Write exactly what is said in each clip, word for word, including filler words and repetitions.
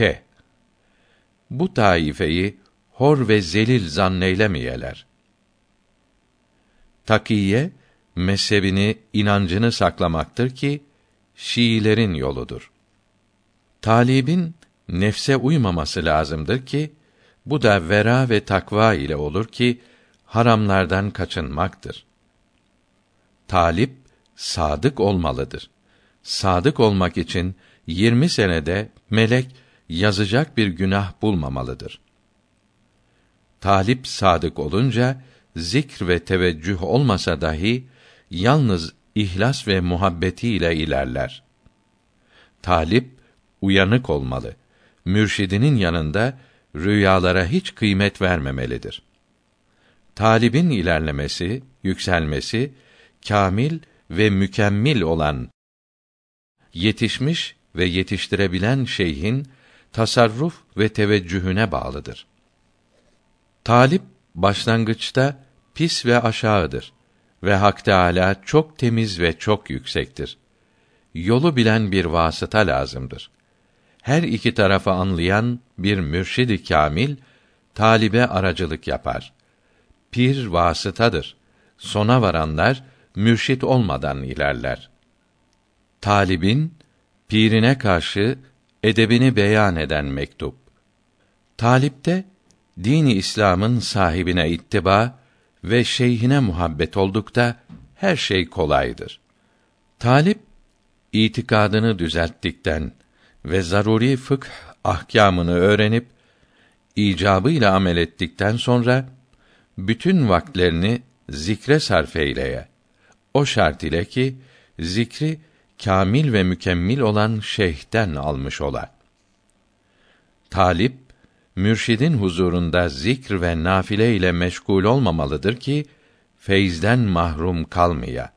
T. Bu taifeyi hor ve zelil zanneylemeyeler. Takiye, mezhebini, inancını saklamaktır ki, Şiilerin yoludur. Talibin, nefse uymaması lazımdır ki, bu da vera ve takva ile olur ki, haramlardan kaçınmaktır. Talip, sadık olmalıdır. Sadık olmak için, yirmi senede, melek, yazacak bir günah bulmamalıdır. Talip sadık olunca, zikr ve teveccüh olmasa dahi, yalnız ihlas ve muhabbetiyle ilerler. Talip, uyanık olmalı. Mürşidinin yanında, rüyalara hiç kıymet vermemelidir. Talibin ilerlemesi, yükselmesi, kâmil ve mükemmel olan, yetişmiş ve yetiştirebilen şeyhin, tasarruf ve teveccühüne bağlıdır. Talip, başlangıçta, pis ve aşağıdır ve Hak Teâlâ çok temiz ve çok yüksektir. Yolu bilen bir vasıta lazımdır. Her iki tarafı anlayan bir mürşid-i kâmil, talibe aracılık yapar. Pir vasıtadır. Sona varanlar, mürşit olmadan ilerler. Talibin, pirine karşı, edebini beyan eden mektup. Talipte, din-i İslam'ın sahibine ittiba ve şeyhine muhabbet oldukta, her şey kolaydır. Talip, itikadını düzelttikten ve zaruri fıkh ahkâmını öğrenip, icabıyla amel ettikten sonra, bütün vakitlerini zikre sarf eyleye. O şart ile ki, zikri, kâmil ve mükemmel olan şeyh'ten almış ola. Talip, mürşidin huzurunda zikr ve nafile ile meşgul olmamalıdır ki, feyzden mahrum kalmaya.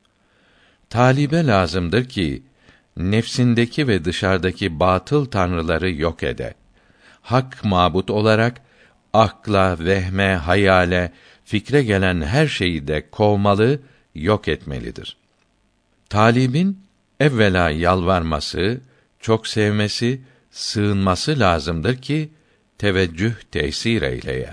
Talibe lazımdır ki, nefsindeki ve dışarıdaki batıl tanrıları yok ede. Hak mabut olarak, akla, vehme, hayale, fikre gelen her şeyi de kovmalı, yok etmelidir. Talibin, evvela yalvarması, çok sevmesi, sığınması lazımdır ki, teveccüh tesir eyleye.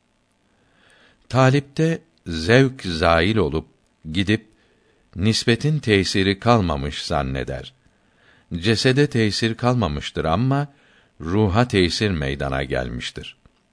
Talipte, zevk zail olup, gidip, nispetin tesiri kalmamış zanneder. Cesede tesir kalmamıştır ama, ruha tesir meydana gelmiştir.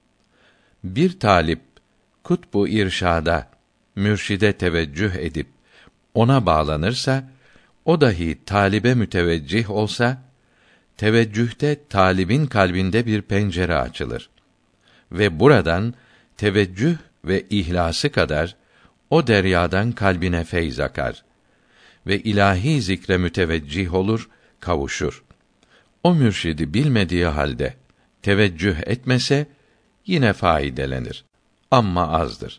Bir talip, kutbu irşada, mürşide teveccüh edip, ona bağlanırsa, o dahi talibe müteveccih olsa, teveccühte talibin kalbinde bir pencere açılır. Ve buradan, teveccüh ve ihlası kadar, o deryadan kalbine feyz akar. Ve ilahi zikre müteveccih olur, kavuşur. O mürşidi bilmediği halde, teveccüh etmese, yine faydelenir. Amma azdır.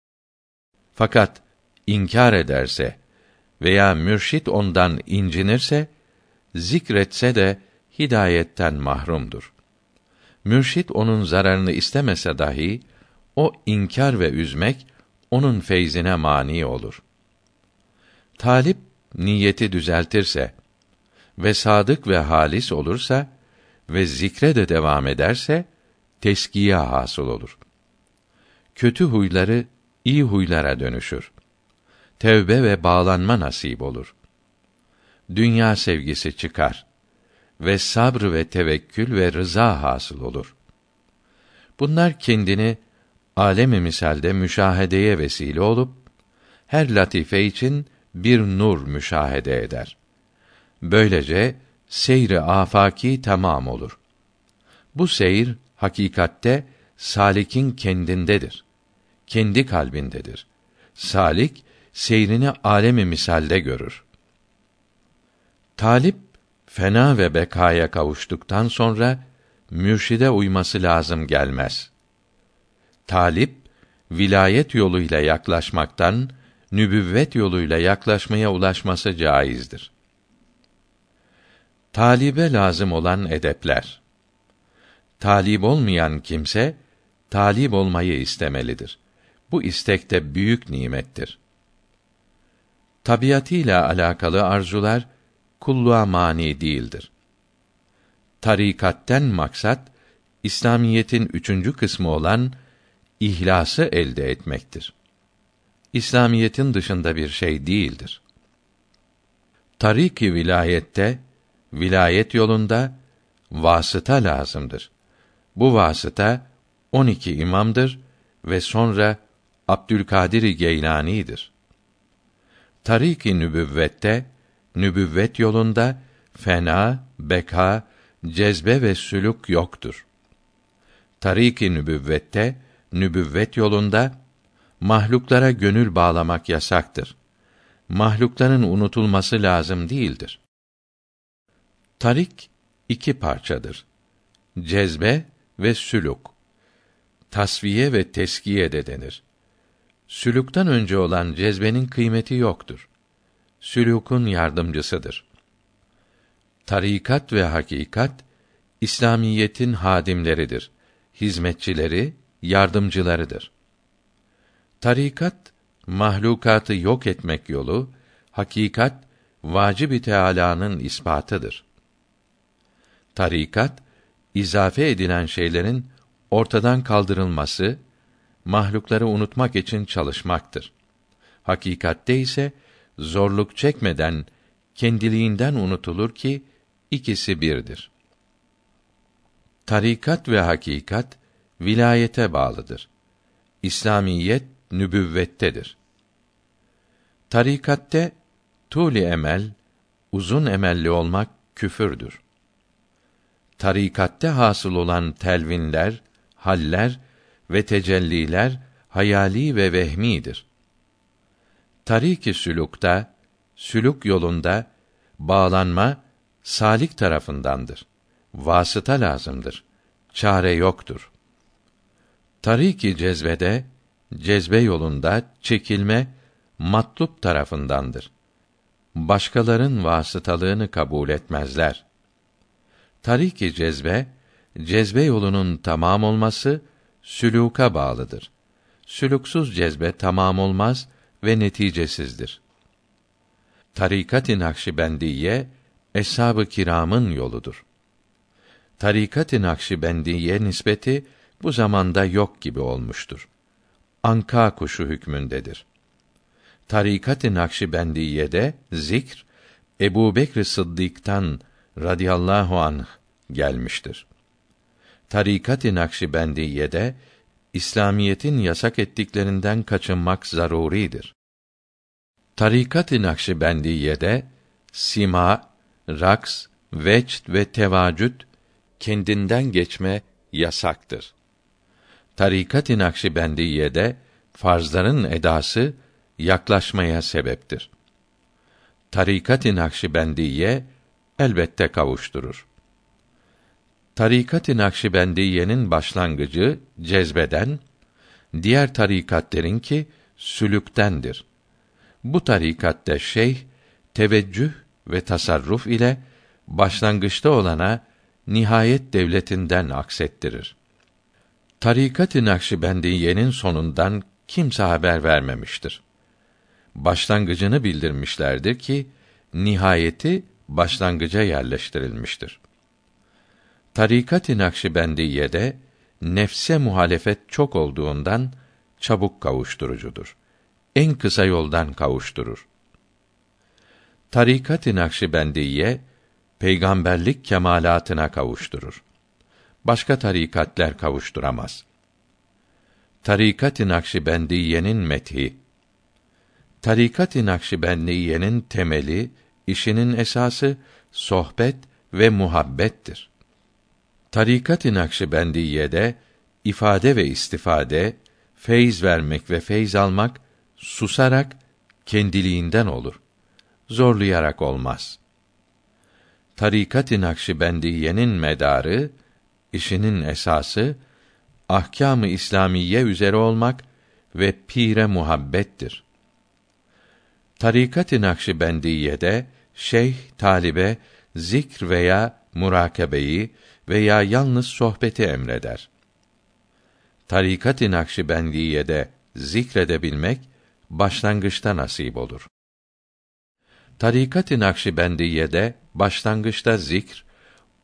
Fakat, inkar ederse veya mürşid ondan incinirse, zikretse de hidayetten mahrumdur. Mürşid onun zararını istemese dahi, o inkar ve üzmek, onun feyzine mani olur. Talip, niyeti düzeltirse ve sadık ve halis olursa ve zikre de devam ederse, teskiye hasıl olur. Kötü huyları, iyi huylara dönüşür. Tevbe ve bağlanma nasip olur. Dünya sevgisi çıkar ve sabr ve tevekkül ve rıza hasıl olur. Bunlar kendini alem-i misalde müşahedeye vesile olup, her latife için bir nur müşahede eder. Böylece seyr-i afaki tamam olur. Bu seyir hakikatte salikin kendindedir. Kendi kalbindedir. Salik seyrini alem-i misalde görür. Talip fena ve bekaya kavuştuktan sonra mürşide uyması lazım gelmez. Talip vilayet yoluyla yaklaşmaktan nübüvvet yoluyla yaklaşmaya ulaşması caizdir. Talibe lazım olan edepler. Talip olmayan kimse talip olmayı istemelidir. Bu istek de büyük nimettir. Tabiatıyla alakalı arzular kulluğa mani değildir. Tarikatten maksat, İslamiyetin üçüncü kısmı olan ihlası elde etmektir. İslamiyetin dışında bir şey değildir. Tarik-i vilayette, vilayet yolunda vasıta lazımdır. Bu vasıta on iki imamdır ve sonra Abdülkadir Geylani'dir. Tarik-i nübüvvette, nübüvvet yolunda fena, beka, cezbe ve sülük yoktur. Tarik-i nübüvvette, nübüvvet yolunda mahluklara gönül bağlamak yasaktır. Mahlukların unutulması lazım değildir. Tarik iki parçadır. Cezbe ve sülük. Tasfiye ve teskiye de denir. Sülükten önce olan cezbenin kıymeti yoktur. Sülûk'un yardımcısıdır. Tarikat ve hakikat, İslamiyetin hadimleridir. Hizmetçileri, yardımcılarıdır. Tarikat, mahlukatı yok etmek yolu, hakikat, vacib-i Teâlâ'nın ispatıdır. Tarikat, izafe edilen şeylerin ortadan kaldırılması, mahlukları unutmak için çalışmaktır. Hakikatte ise zorluk çekmeden kendiliğinden unutulur ki ikisi birdir. Tarikat ve hakikat vilayete bağlıdır. İslamiyet nübüvvettedir. Tarikatte tûl-i emel, uzun emelli olmak küfürdür. Tarikatte hasıl olan telvinler, haller ve tecelliler hayali ve vehmidir. Tarik-i sülûkta, sülûk yolunda bağlanma salik tarafındandır. Vasıta lazımdır. Çare yoktur. Tarik-i cezbede, cezbe yolunda çekilme matlup tarafındandır. Başkaların vasıtalığını kabul etmezler. Tarik-i cezbe, cezbe yolunun tamam olması sülûka bağlıdır. Sülûksüz cezbe tamam olmaz ve neticesizdir. Tarikat-ı Nakşibendiye eshab-ı kiramın yoludur. Tarikat-ı Nakşibendiye nispeti bu zamanda yok gibi olmuştur. Anka kuşu hükmündedir. Tarikat-ı Nakşibendiye'de zikr Ebu Bekr Sıddık'tan radıyallahu anh gelmiştir. Tarikat-ı Nakşibendiye'de İslamiyetin yasak ettiklerinden kaçınmak zaruridir. Tarikat-ı Nakşibendiye'de sima, raks, vecd ve tevacüd kendinden geçme yasaktır. Tarikat-ı Nakşibendiye'de farzların edası yaklaşmaya sebeptir. Tarikat-ı Nakşibendiye elbette kavuşturur. Tarikat-ı Nakşibendiye'nin başlangıcı cezbeden, diğer tarikatlerinki sülüktendir. Bu tarikatte şeyh, teveccüh ve tasarruf ile başlangıçta olana nihayet devletinden aksettirir. Tarikat-ı Nakşibendiye'nin sonundan kimse haber vermemiştir. Başlangıcını bildirmişlerdir ki nihayeti başlangıca yerleştirilmiştir. Tarikat-ı Nakşibendiye'de nefse muhalefet çok olduğundan çabuk kavuşturucudur. En kısa yoldan kavuşturur. Tarikat-ı Nakşibendiye peygamberlik kemalatına kavuşturur. Başka tarikatler kavuşturamaz. Tarikat-ı Nakşibendiye'nin methi. Tarikat-ı Nakşibendiye'nin temeli, işinin esası sohbet ve muhabbettir. Tarikat-ı Nakşibendiye'de ifade ve istifade, feyz vermek ve feyz almak susarak kendiliğinden olur. Zorlayarak olmaz. Tarikat-ı Nakşibendiye'nin medarı, işinin esası ahkâm-ı İslamiye üzere olmak ve pire muhabbettir. Tarikat-ı Nakşibendiye'de şeyh talibe zikr veya murakabeyi veya yalnız sohbeti emreder. Tarikat-ı Nakşibendiye'de zikredebilmek başlangıçta nasip olur. Tarikat-ı Nakşibendiye'de başlangıçta zikr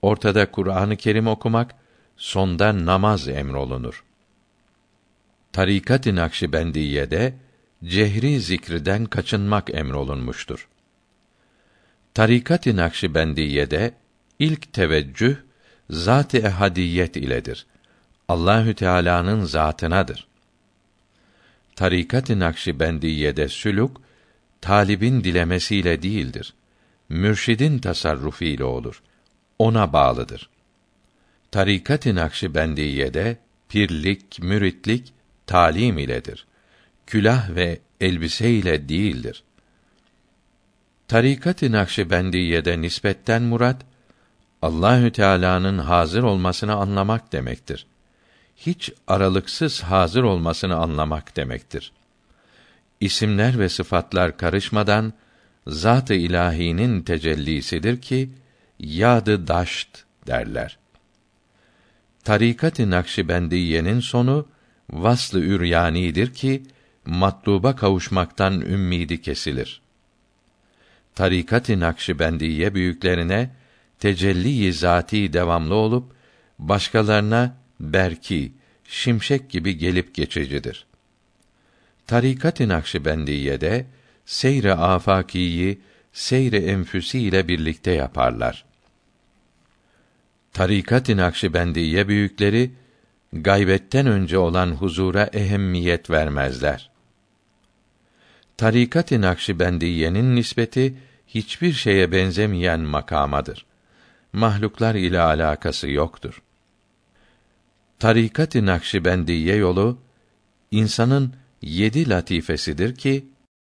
ortada Kur'an-ı Kerim okumak, sonda namaz emrolunur. Tarikat-ı Nakşibendiye'de cehri zikrden kaçınmak emrolunmuştur. Tarikat-ı Nakşibendiye'de ilk teveccüh zat-ı ehadiyet iledir. Allahü Teala'nın zatınadır. Tarikat-ı Nakşibendiye'de sülûk talibin dilemesiyle değildir. Mürşidin tasarrufu ile olur. Ona bağlıdır. Tarikat-ı Nakşibendiye'de pirlik, müritlik talim iledir. Külah ve elbise ile değildir. Tarikat-ı Nakşibendiye'de nispetten murat Allahü Teala'nın hazır olmasını anlamak demektir. Hiç aralıksız hazır olmasını anlamak demektir. İsimler ve sıfatlar karışmadan zat-ı ilâhînin tecellisidir ki yâd-ı daşt derler. Tarikat-ı Nakşibendiye'nin sonu vasl-ı üryanidir ki matluba kavuşmaktan ümmidi kesilir. Tarikat-ı Nakşibendiye büyüklerine tecelli-i zâti devamlı olup başkalarına berki, şimşek gibi gelip geçicidir. Tarikat-ı Nakşibendiye'de seyr-i afâkîyi seyr-i enfüsî ile birlikte yaparlar. Tarikat-ı Nakşibendiye büyükleri gaybetten önce olan huzura ehemmiyet vermezler. Tarikat-ı Nakşibendiye'nin nispeti hiçbir şeye benzemeyen makamadır. Mahluklar ile alakası yoktur. Tarikat-ı Nakşibendiye yolu insanın yedi latifesidir ki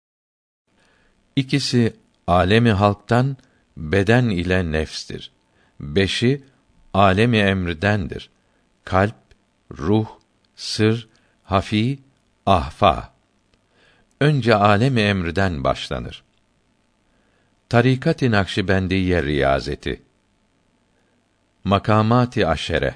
ikisi alemi halktan beden ile nefstir. Beşi alemi emrdendir. Kalp, ruh, sır, hafi, ahfa. Önce alemi emrden başlanır. Tarikat-ı Nakşibendiye riyazeti. Makamat-ı aşere.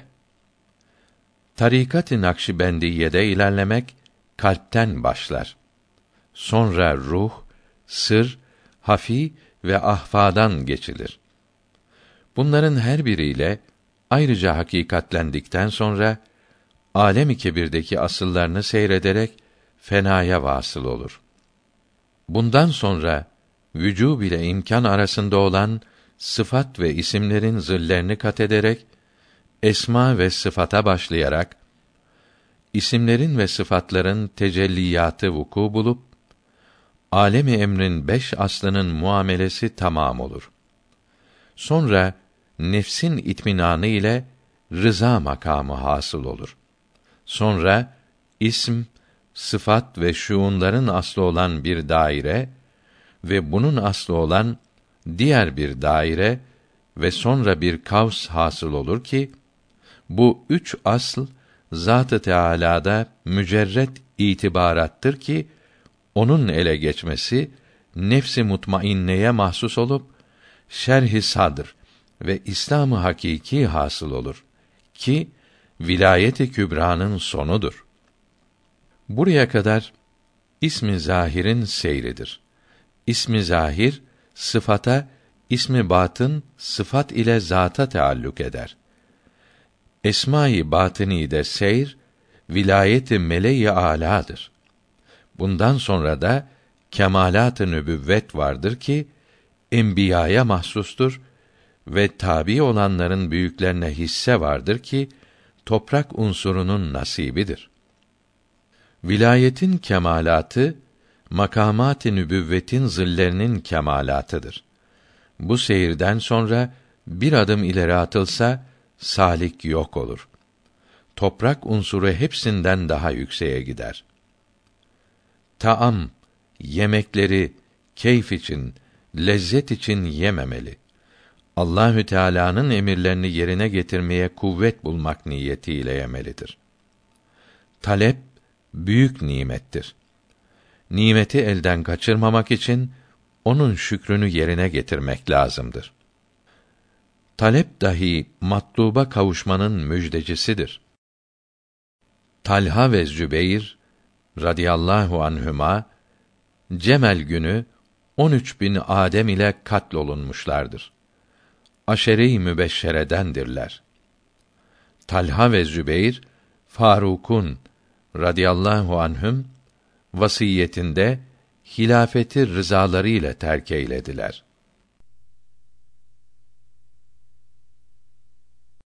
Tarikat-ı Nakşibendiye'de ilerlemek kalpten başlar. Sonra ruh, sır, hafi ve ahfadan geçilir. Bunların her biriyle ayrıca hakikatlendikten sonra alem-i kebirdeki asıllarını seyrederek fenaya vasıl olur. Bundan sonra vücub ile imkan arasında olan sıfat ve isimlerin zillerini kat ederek esma ve sıfata başlayarak isimlerin ve sıfatların tecelliyatı vuku bulup alem-i emrin beş aslının muamelesi tamam olur. Sonra nefsin itminanı ile rıza makamı hasıl olur. Sonra ism, sıfat ve şuunların aslı olan bir daire ve bunun aslı olan diğer bir daire ve sonra bir kavs hasıl olur ki bu üç asl Zat-ı Teâlâ'da mücerret itibarattır ki onun ele geçmesi nefs-i mutmainneye mahsus olup şerh-i sadr ve İslam-ı hakiki hasıl olur ki vilayet-i kübra'nın sonudur. Buraya kadar ismi zahirin seyridir. İsmi zahir sıfata, ismi batın sıfat ile zata taalluk eder. Esma-i batini de seyr vilayet-i meleği âlâdır. Bundan sonra da kemalat-ı nübüvvet vardır ki enbiyaya mahsustur ve tabi olanların büyüklerine hisse vardır ki toprak unsurunun nasibidir. Vilayetin kemalatı makamat-ı nübüvvetin zillerinin kemalatıdır. Bu seyirden sonra bir adım ileri atılsa salik yok olur. Toprak unsuru hepsinden daha yükseğe gider. Taam, yemekleri keyf için, lezzet için yememeli. Allahü Teala'nın emirlerini yerine getirmeye kuvvet bulmak niyetiyle yemelidir. Talep büyük nimettir. Nimeti elden kaçırmamak için onun şükrünü yerine getirmek lazımdır. Talep dahi matluba kavuşmanın müjdecisidir. Talha ve Zübeyr radıyallahu anhüma Cemel günü on üç bin Adem ile katlolunmuşlardır. aşere-i mübeşşeredendirler. Talha ve Zübeyr, Faruk'un radıyallahu anhüm vasiyetinde hilafeti rızaları ile terk eylediler.